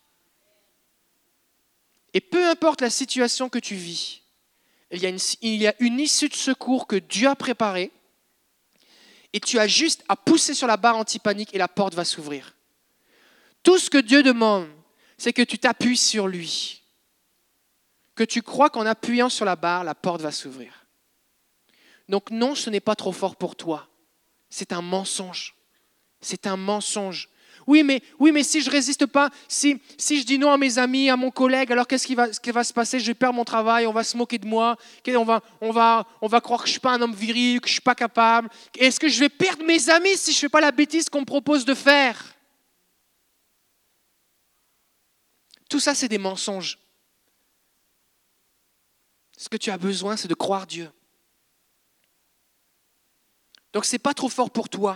Et peu importe la situation que tu vis, il y a une issue de secours que Dieu a préparée et tu as juste à pousser sur la barre anti-panique et la porte va s'ouvrir. Tout ce que Dieu demande, c'est que tu t'appuies sur lui. Que tu crois qu'en appuyant sur la barre, la porte va s'ouvrir. Donc non, ce n'est pas trop fort pour toi. C'est un mensonge. C'est un mensonge. Oui, mais si je ne résiste pas, si je dis non à mes amis, à mon collègue, alors qu'est-ce qui va se passer ? Je vais perdre mon travail, on va se moquer de moi, on va croire que je ne suis pas un homme viril, que je ne suis pas capable. Est-ce que je vais perdre mes amis si je ne fais pas la bêtise qu'on me propose de faire ? Tout ça, c'est des mensonges. Ce que tu as besoin, c'est de croire Dieu. Donc, ce n'est pas trop fort pour toi.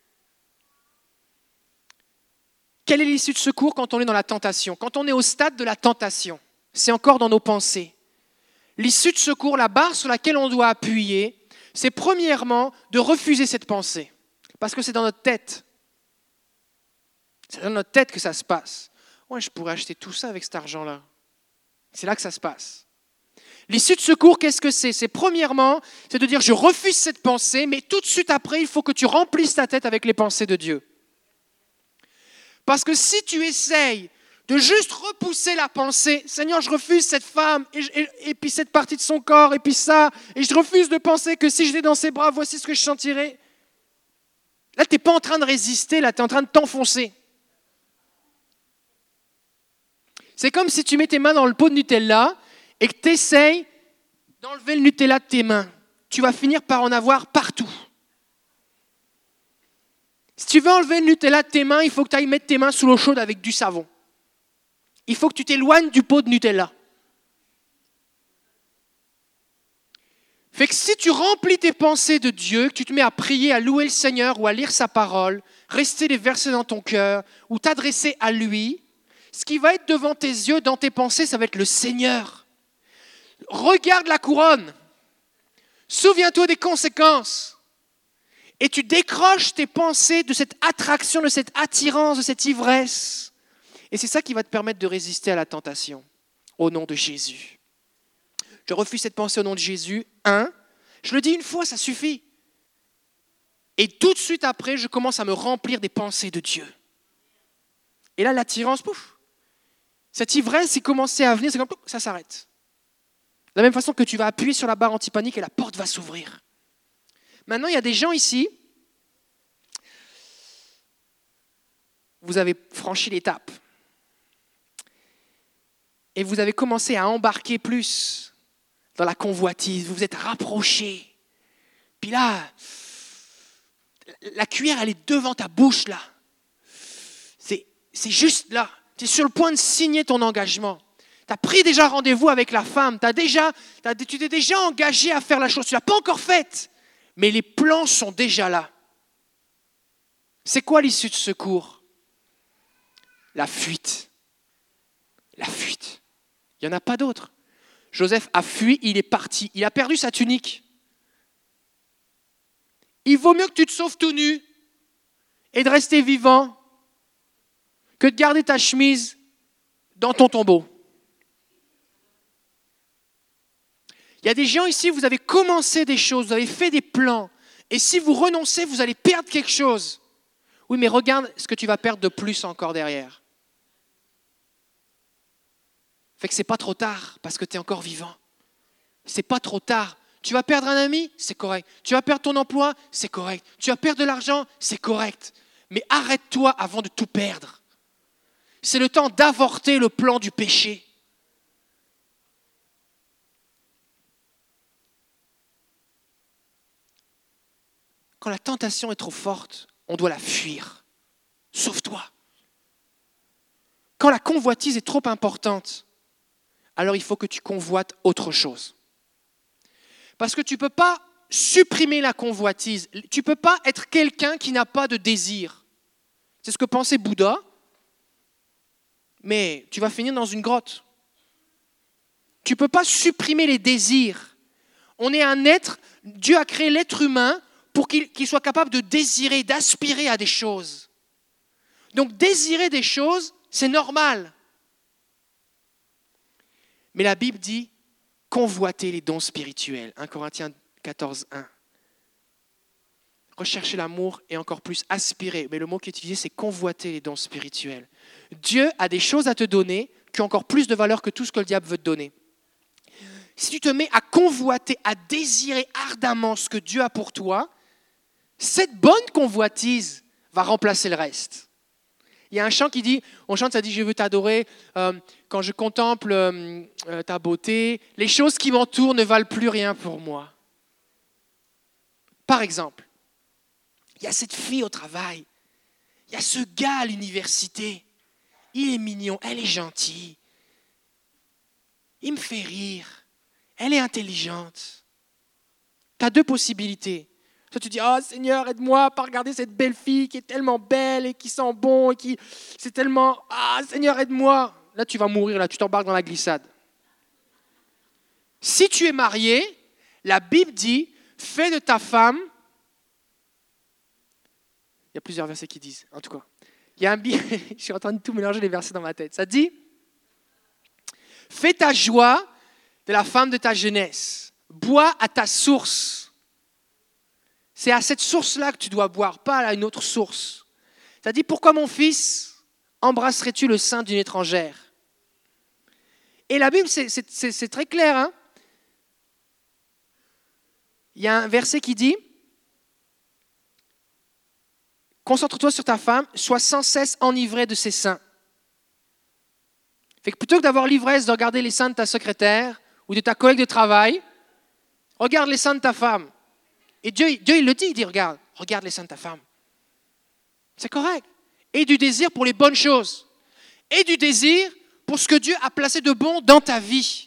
Quelle est l'issue de secours quand on est dans la tentation ? Quand on est au stade de la tentation, c'est encore dans nos pensées. L'issue de secours, la barre sur laquelle on doit appuyer, c'est premièrement de refuser cette pensée. Parce que c'est dans notre tête. C'est dans notre tête que ça se passe. Ouais, je pourrais acheter tout ça avec cet argent-là. C'est là que ça se passe. L'issue de secours, qu'est-ce que c'est ? C'est premièrement, c'est de dire je refuse cette pensée, mais tout de suite après, il faut que tu remplisses ta tête avec les pensées de Dieu. Parce que si tu essayes de juste repousser la pensée, Seigneur, je refuse cette femme, et puis cette partie de son corps, et puis ça, et je refuse de penser que si j'étais dans ses bras, voici ce que je sentirais. Là, tu n'es pas en train de résister, là, tu es en train de t'enfoncer. C'est comme si tu mets tes mains dans le pot de Nutella et que tu essayes d'enlever le Nutella de tes mains. Tu vas finir par en avoir partout. Si tu veux enlever le Nutella de tes mains, il faut que tu ailles mettre tes mains sous l'eau chaude avec du savon. Il faut que tu t'éloignes du pot de Nutella. Fait que si tu remplis tes pensées de Dieu, que tu te mets à prier, à louer le Seigneur ou à lire sa parole, rester les versets dans ton cœur ou t'adresser à lui, ce qui va être devant tes yeux, dans tes pensées, ça va être le Seigneur. Regarde la couronne. Souviens-toi des conséquences. Et tu décroches tes pensées de cette attraction, de cette attirance, de cette ivresse. Et c'est ça qui va te permettre de résister à la tentation, au nom de Jésus. Je refuse cette pensée au nom de Jésus. Je le dis une fois, ça suffit. Et tout de suite après, je commence à me remplir des pensées de Dieu. Et là, l'attirance, pouf. Cette ivresse, c'est commencé à venir, c'est comme ça s'arrête. De la même façon que tu vas appuyer sur la barre anti-panique et la porte va s'ouvrir. Maintenant, il y a des gens ici, vous avez franchi l'étape. Et vous avez commencé à embarquer plus dans la convoitise, vous vous êtes rapprochés. Puis là, la cuillère, elle est devant ta bouche, là. C'est juste là. Tu es sur le point de signer ton engagement. Tu as pris déjà rendez-vous avec la femme. Tu t'es déjà engagé à faire la chose. Tu ne l'as pas encore faite, mais les plans sont déjà là. C'est quoi l'issue de secours? La fuite. La fuite. Il n'y en a pas d'autre. Joseph a fui, il est parti. Il a perdu sa tunique. Il vaut mieux que tu te sauves tout nu et de rester vivant que de garder ta chemise dans ton tombeau. Il y a des gens ici, vous avez commencé des choses, vous avez fait des plans. Et si vous renoncez, vous allez perdre quelque chose. Oui, mais regarde ce que tu vas perdre de plus encore derrière. Fait que c'est pas trop tard parce que tu es encore vivant. C'est pas trop tard. Tu vas perdre un ami, c'est correct. Tu vas perdre ton emploi, c'est correct. Tu vas perdre de l'argent, c'est correct. Mais arrête-toi avant de tout perdre. C'est le temps d'avorter le plan du péché. Quand la tentation est trop forte, on doit la fuir. Sauve-toi. Quand la convoitise est trop importante, alors il faut que tu convoites autre chose. Parce que tu ne peux pas supprimer la convoitise. Tu ne peux pas être quelqu'un qui n'a pas de désir. C'est ce que pensait Bouddha, mais tu vas finir dans une grotte. Tu ne peux pas supprimer les désirs. On est un être, Dieu a créé l'être humain pour qu'il soit capable de désirer, d'aspirer à des choses. Donc désirer des choses, c'est normal. Mais la Bible dit convoiter les dons spirituels. 1 Corinthiens 14, 1. Rechercher l'amour et encore plus aspirer. Mais le mot qui est utilisé, c'est convoiter les dons spirituels. Dieu a des choses à te donner qui ont encore plus de valeur que tout ce que le diable veut te donner. Si tu te mets à convoiter, à désirer ardemment ce que Dieu a pour toi, cette bonne convoitise va remplacer le reste. Il y a un chant qui dit, on chante, ça dit « Je veux t'adorer quand je contemple ta beauté. Les choses qui m'entourent ne valent plus rien pour moi. » Par exemple, il y a cette fille au travail. Il y a ce gars à l'université. Il est mignon, elle est gentille. Il me fait rire. Elle est intelligente. Tu as deux possibilités. Toi, tu dis, oh Seigneur, aide-moi à pas regarder cette belle fille qui est tellement belle et qui sent bon et qui, c'est tellement, ah Seigneur, aide-moi. Là, tu vas mourir, là, tu t'embarques dans la glissade. Si tu es marié, la Bible dit, fais de ta femme, il y a plusieurs versets qui disent, en tout cas, il y a je suis en train de tout mélanger les versets dans ma tête. Ça dit, fais ta joie de la femme de ta jeunesse, bois à ta source. C'est à cette source-là que tu dois boire, pas à une autre source. Ça dit, pourquoi mon fils embrasserais-tu le sein d'une étrangère? Et la Bible, c'est très clair. Hein? Il y a un verset qui dit, concentre-toi sur ta femme, sois sans cesse enivré de ses seins. Fait que plutôt que d'avoir l'ivresse de regarder les seins de ta secrétaire ou de ta collègue de travail, Regarde les seins de ta femme. Et Dieu il le dit, il dit, regarde les seins de ta femme. C'est correct. Et du désir pour les bonnes choses. Et du désir pour ce que Dieu a placé de bon dans ta vie.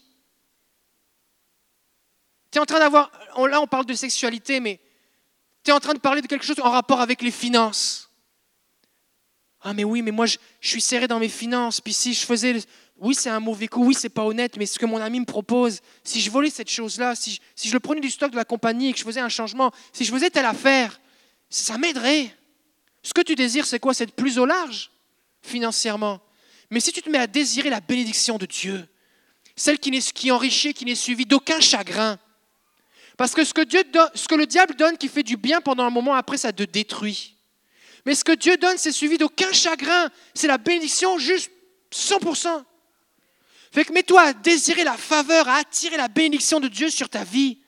Tu es en train d'avoir, là on parle de sexualité, mais tu es en train de parler de quelque chose en rapport avec les finances. Ah mais oui, mais moi je suis serré dans mes finances, puis si je faisais, oui c'est un mauvais coup, oui c'est pas honnête, mais ce que mon ami me propose, si je volais cette chose-là, si je le prenais du stock de la compagnie et que je faisais un changement, si je faisais telle affaire, ça m'aiderait. Ce que tu désires, c'est quoi? C'est être plus au large financièrement. Mais si tu te mets à désirer la bénédiction de Dieu, celle qui enrichit, qui n'est suivie d'aucun chagrin, parce que ce que le diable donne qui fait du bien pendant un moment, après ça te détruit. Mais ce que Dieu donne, c'est suivi d'aucun chagrin. C'est la bénédiction juste 100%. Fait que mets-toi à désirer la faveur, à attirer la bénédiction de Dieu sur ta vie.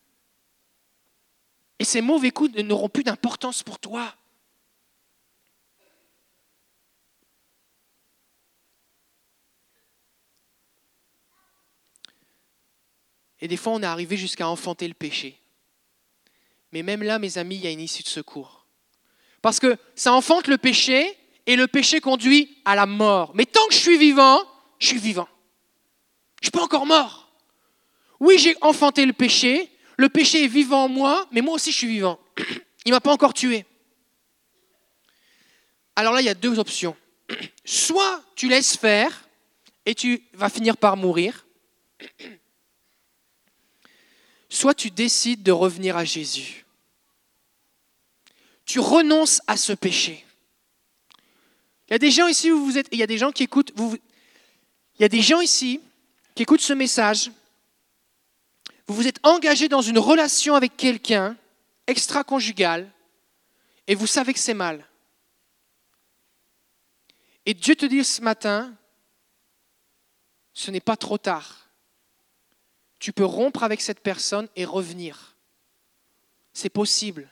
Et ces mauvais coups n'auront plus d'importance pour toi. Et des fois, on est arrivé jusqu'à enfanter le péché. Mais même là, mes amis, il y a une issue de secours. Parce que ça enfante le péché, et le péché conduit à la mort. Mais tant que je suis vivant, je suis vivant. Je ne suis pas encore mort. Oui, j'ai enfanté le péché est vivant en moi, mais moi aussi je suis vivant. Il ne m'a pas encore tué. Alors là, il y a deux options. Soit tu laisses faire, et tu vas finir par mourir. Soit tu décides de revenir à Jésus. Tu renonces à ce péché. Il y a des gens ici où vous êtes, il y a des gens qui écoutent, il y a des gens ici qui écoutent ce message. Vous vous êtes engagés dans une relation avec quelqu'un extra-conjugale et vous savez que c'est mal. Et Dieu te dit ce matin, ce n'est pas trop tard. Tu peux rompre avec cette personne et revenir. C'est possible.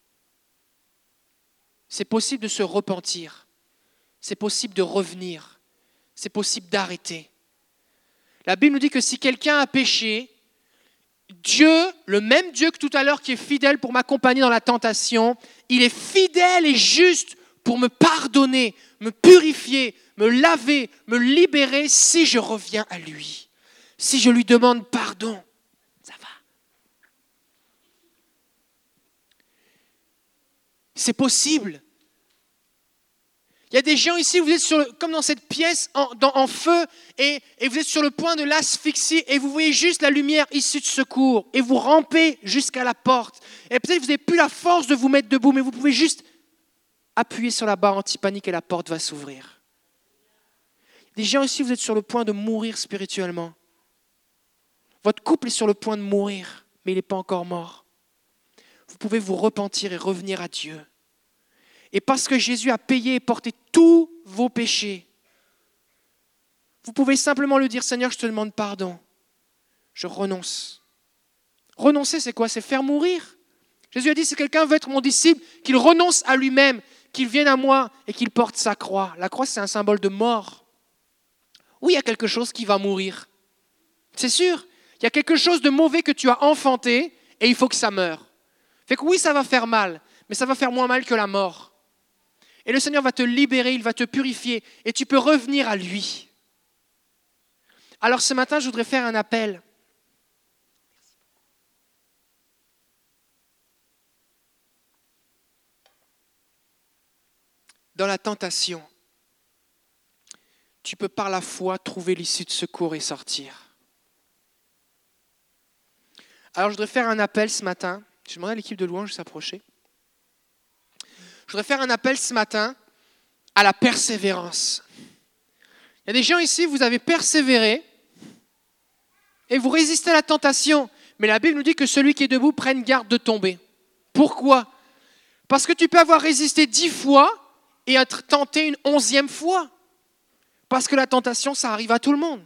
C'est possible de se repentir. C'est possible de revenir. C'est possible d'arrêter. La Bible nous dit que si quelqu'un a péché, Dieu, le même Dieu que tout à l'heure qui est fidèle pour m'accompagner dans la tentation, il est fidèle et juste pour me pardonner, me purifier, me laver, me libérer si je reviens à lui. Si je lui demande pardon, ça va. C'est possible. Il y a des gens ici, vous êtes comme dans cette pièce en feu et vous êtes sur le point de l'asphyxie et vous voyez juste la lumière issue de secours et vous rampez jusqu'à la porte. Et peut-être que vous n'avez plus la force de vous mettre debout, mais vous pouvez juste appuyer sur la barre anti-panique et la porte va s'ouvrir. Des gens ici, vous êtes sur le point de mourir spirituellement. Votre couple est sur le point de mourir, mais il n'est pas encore mort. Vous pouvez vous repentir et revenir à Dieu. Et parce que Jésus a payé et porté tous vos péchés, vous pouvez simplement lui dire, Seigneur, je te demande pardon. Je renonce. Renoncer, c'est quoi? C'est faire mourir. Jésus a dit, si quelqu'un veut être mon disciple, qu'il renonce à lui-même, qu'il vienne à moi et qu'il porte sa croix. La croix, c'est un symbole de mort. Oui, il y a quelque chose qui va mourir. C'est sûr. Il y a quelque chose de mauvais que tu as enfanté et il faut que ça meure. Fait que oui, ça va faire mal, mais ça va faire moins mal que la mort. Et le Seigneur va te libérer, il va te purifier et tu peux revenir à lui. Alors ce matin, je voudrais faire un appel. Dans la tentation, tu peux par la foi trouver l'issue de secours et sortir. Alors je voudrais faire un appel ce matin. Je demande à l'équipe de louange de s'approcher. Je voudrais faire un appel ce matin à la persévérance. Il y a des gens ici, vous avez persévéré et vous résistez à la tentation. Mais la Bible nous dit que celui qui est debout prenne garde de tomber. Pourquoi? Parce que tu peux avoir résisté 10 fois et être tenté une 11e fois. Parce que la tentation, ça arrive à tout le monde.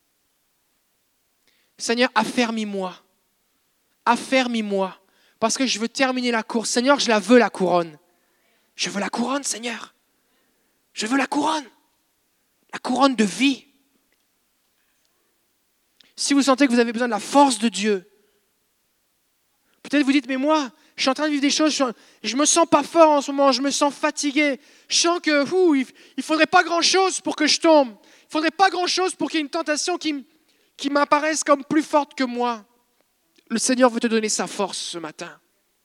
Seigneur, affermis-moi. Affermis-moi. Parce que je veux terminer la course. Seigneur, je la veux la couronne. Je veux la couronne, Seigneur. Je veux la couronne. La couronne de vie. Si vous sentez que vous avez besoin de la force de Dieu, Peut-être vous dites, mais moi, je suis en train de vivre des choses, je me sens pas fort en ce moment, je me sens fatigué. Je sens que il faudrait pas grand-chose pour que je tombe. Il faudrait pas grand-chose pour qu'il y ait une tentation qui m'apparaisse comme plus forte que moi. Le Seigneur veut te donner sa force ce matin.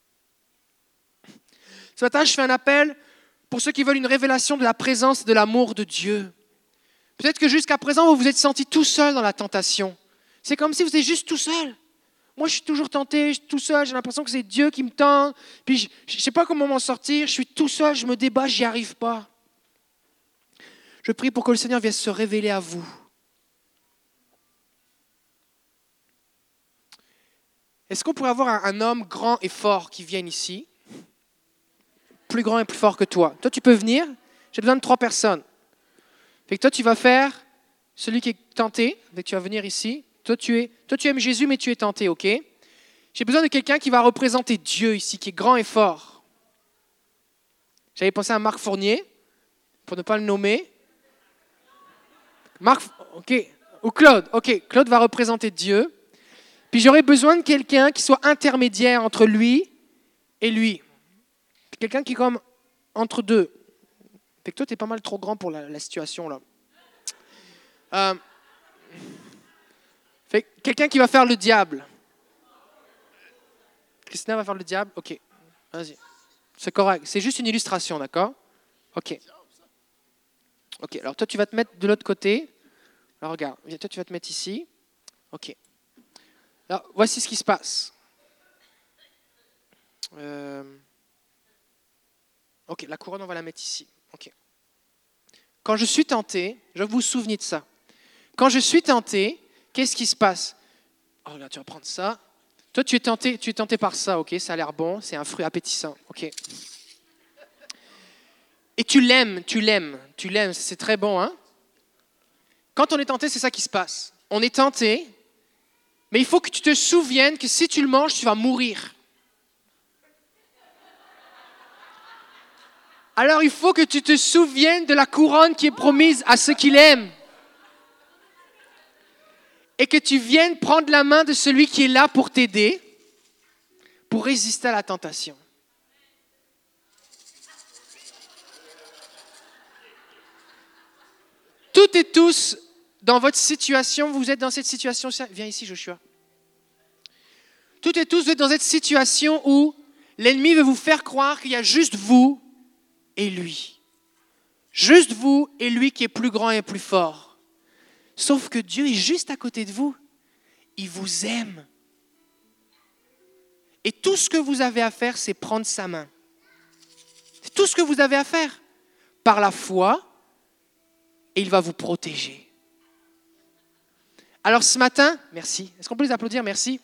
Ce matin, je fais un appel pour ceux qui veulent une révélation de la présence et de l'amour de Dieu. Peut-être que jusqu'à présent, vous vous êtes senti tout seul dans la tentation. C'est comme si vous étiez juste tout seul. Moi, je suis toujours tenté, je suis tout seul, j'ai l'impression que c'est Dieu qui me tente. Puis je ne sais pas comment m'en sortir, je suis tout seul, je me débat, j'y arrive pas. Je prie pour que le Seigneur vienne se révéler à vous. Est-ce qu'on pourrait avoir un homme grand et fort qui vienne ici? Plus grand et plus fort que toi. Toi, tu peux venir, j'ai besoin de 3 personnes. Fait que toi, tu vas faire celui qui est tenté, fait que tu vas venir ici. Toi, tu aimes Jésus, mais tu es tenté, ok? J'ai besoin de quelqu'un qui va représenter Dieu ici, qui est grand et fort. J'avais pensé à Marc Fournier, pour ne pas le nommer. Marc, ok. Ou Claude, ok. Claude va représenter Dieu. Puis j'aurais besoin de quelqu'un qui soit intermédiaire entre lui et lui. Quelqu'un qui est comme entre deux. Fait que toi, tu es pas mal trop grand pour la situation, là. Fait que quelqu'un qui va faire le diable. Christina va faire le diable? Ok, vas-y. C'est correct. C'est juste une illustration, d'accord? Ok. Ok, alors toi, tu vas te mettre de l'autre côté. Alors regarde, toi, tu vas te mettre ici. Ok. Alors, voici ce qui se passe. Ok, la couronne, on va la mettre ici. Ok. Quand je suis tenté, je vous souvenir de ça. Quand je suis tenté, qu'est-ce qui se passe? Oh, regarde, tu vas prendre ça. Toi, tu es tenté par ça, ok? Ça a l'air bon, c'est un fruit appétissant, ok? Et tu l'aimes, c'est très bon, hein? Quand on est tenté, c'est ça qui se passe. On est tenté, mais il faut que tu te souviennes que si tu le manges, tu vas mourir. Alors il faut que tu te souviennes de la couronne qui est promise à ceux qui l'aiment. Et que tu viennes prendre la main de celui qui est là pour t'aider, pour résister à la tentation. Toutes et tous, dans votre situation, vous êtes dans cette situation. Viens ici, Joshua. Toutes et tous, vous êtes dans cette situation où l'ennemi veut vous faire croire qu'il y a juste vous et lui. Juste vous et lui qui est plus grand et plus fort. Sauf que Dieu est juste à côté de vous. Il vous aime. Et tout ce que vous avez à faire, c'est prendre sa main. C'est tout ce que vous avez à faire. Par la foi, et il va vous protéger. Alors ce matin, merci. Est-ce qu'on peut les applaudir? Merci.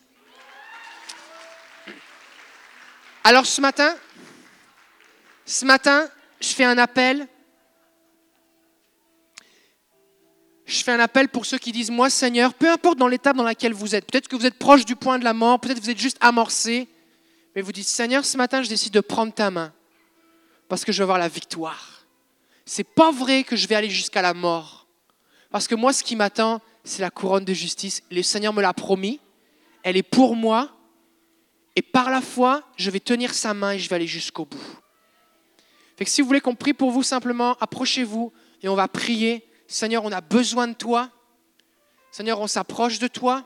Alors ce matin, je fais un appel. Je fais un appel pour ceux qui disent, moi Seigneur, peu importe dans l'étape dans laquelle vous êtes, peut-être que vous êtes proche du point de la mort, peut-être que vous êtes juste amorcé, mais vous dites, Seigneur, ce matin, je décide de prendre ta main parce que je veux avoir la victoire. C'est pas vrai que je vais aller jusqu'à la mort. Parce que moi, ce qui m'attend, c'est la couronne de justice. Le Seigneur me l'a promis. Elle est pour moi. Et par la foi, je vais tenir sa main et je vais aller jusqu'au bout. Fait que si vous voulez qu'on prie pour vous, simplement, approchez-vous et on va prier. Seigneur, on a besoin de toi. Seigneur, on s'approche de toi.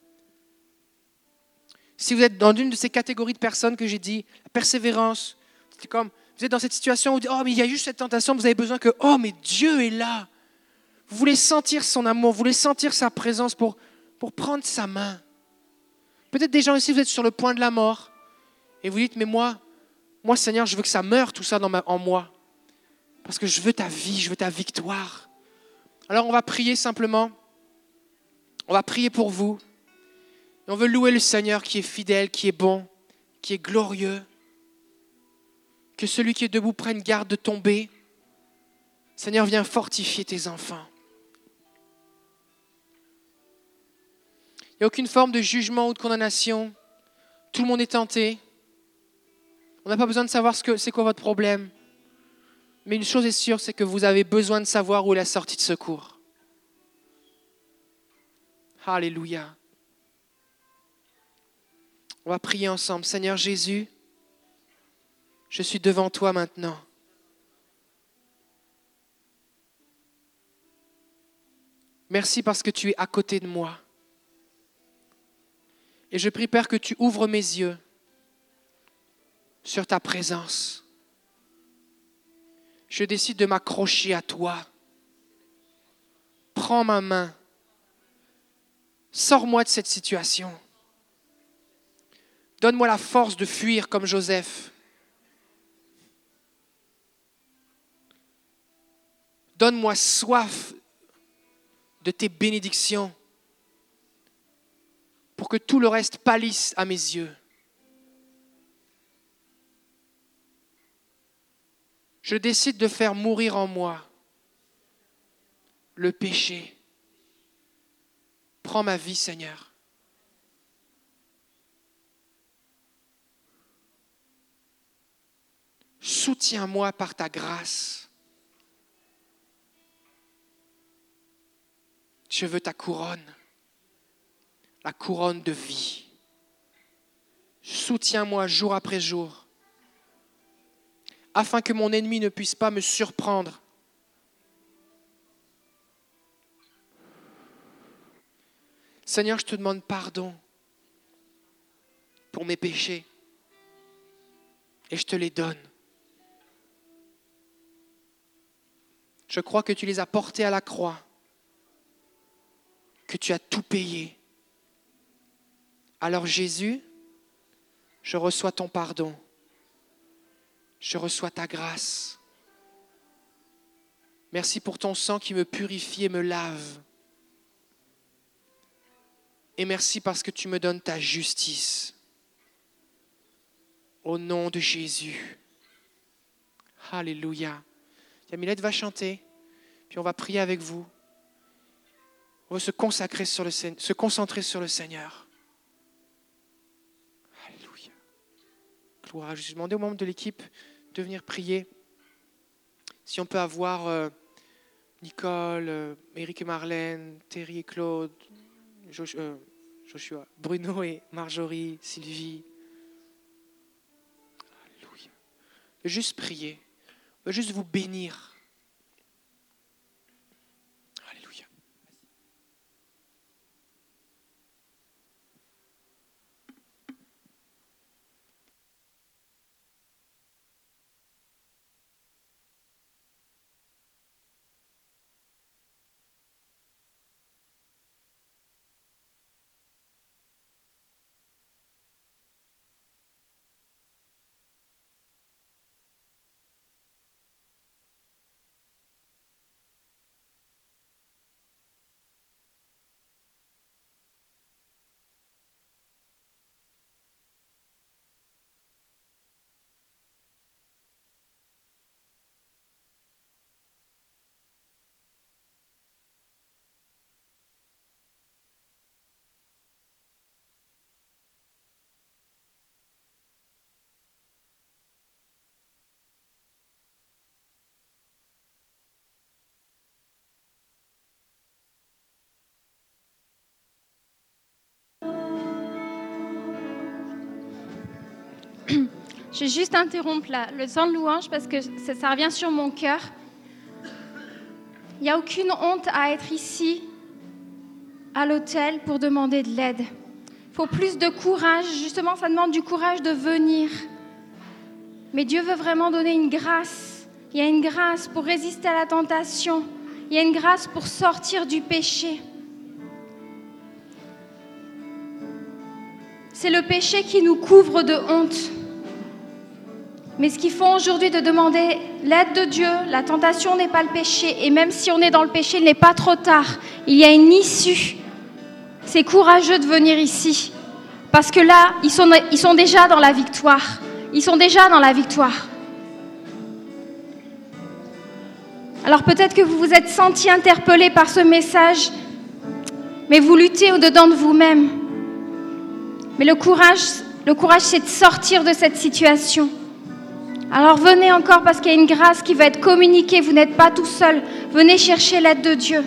Si vous êtes dans une de ces catégories de personnes que j'ai dit, la persévérance, c'est comme, vous êtes dans cette situation où vous dites, oh, mais il y a juste cette tentation, vous avez besoin que, oh, mais Dieu est là. Vous voulez sentir son amour, vous voulez sentir sa présence pour prendre sa main. Peut-être des gens ici, vous êtes sur le point de la mort et vous dites, mais moi Seigneur, je veux que ça meure tout ça en moi. Parce que je veux ta vie, je veux ta victoire. Alors on va prier simplement. On va prier pour vous. Et on veut louer le Seigneur qui est fidèle, qui est bon, qui est glorieux. Que celui qui est debout prenne garde de tomber. Seigneur, viens fortifier tes enfants. Il n'y a aucune forme de jugement ou de condamnation. Tout le monde est tenté. On n'a pas besoin de savoir c'est quoi votre problème. Mais une chose est sûre, c'est que vous avez besoin de savoir où est la sortie de secours. Alléluia. On va prier ensemble. Seigneur Jésus, je suis devant toi maintenant. Merci parce que tu es à côté de moi. Et je prie, Père, que tu ouvres mes yeux sur ta présence. Je décide de m'accrocher à toi. Prends ma main. Sors-moi de cette situation. Donne-moi la force de fuir comme Joseph. Donne-moi soif de tes bénédictions pour que tout le reste pâlisse à mes yeux. Je décide de faire mourir en moi le péché. Prends ma vie, Seigneur. Soutiens-moi par ta grâce. Je veux ta couronne, la couronne de vie. Soutiens-moi jour après jour, afin que mon ennemi ne puisse pas me surprendre. Seigneur, je te demande pardon pour mes péchés et je te les donne. Je crois que tu les as portés à la croix, que tu as tout payé. Alors Jésus, je reçois ton pardon. Je reçois ta grâce. Merci pour ton sang qui me purifie et me lave. Et merci parce que tu me donnes ta justice. Au nom de Jésus. Alléluia. Yamilette va chanter, puis on va prier avec vous. On va se concentrer sur le Seigneur. Alléluia. Gloire. Je vais demander aux membres de l'équipe de venir prier. Si on peut avoir Nicole, Eric et Marlène, Thierry et Claude, Joshua, Bruno et Marjorie, Sylvie. Alléluia. Juste prier. On va juste vous bénir. Alléluia. Je vais juste interrompre le temps de louange parce que ça revient sur mon cœur. Il n'y a aucune honte à être ici, à l'autel, pour demander de l'aide. Il faut plus de courage. Justement, ça demande du courage de venir. Mais Dieu veut vraiment donner une grâce. Il y a une grâce pour résister à la tentation. Il y a une grâce pour sortir du péché. C'est le péché qui nous couvre de honte. Mais ce qu'il faut aujourd'hui, de demander l'aide de Dieu. La tentation n'est pas le péché. Et même si on est dans le péché, il n'est pas trop tard. Il y a une issue. C'est courageux de venir ici. Parce que là, ils sont déjà dans la victoire. Ils sont déjà dans la victoire. Alors peut-être que vous vous êtes senti interpellé par ce message, mais vous luttez au-dedans de vous-même. Mais le courage, c'est de sortir de cette situation. Alors venez encore parce qu'il y a une grâce qui va être communiquée. Vous n'êtes pas tout seul. Venez chercher l'aide de Dieu.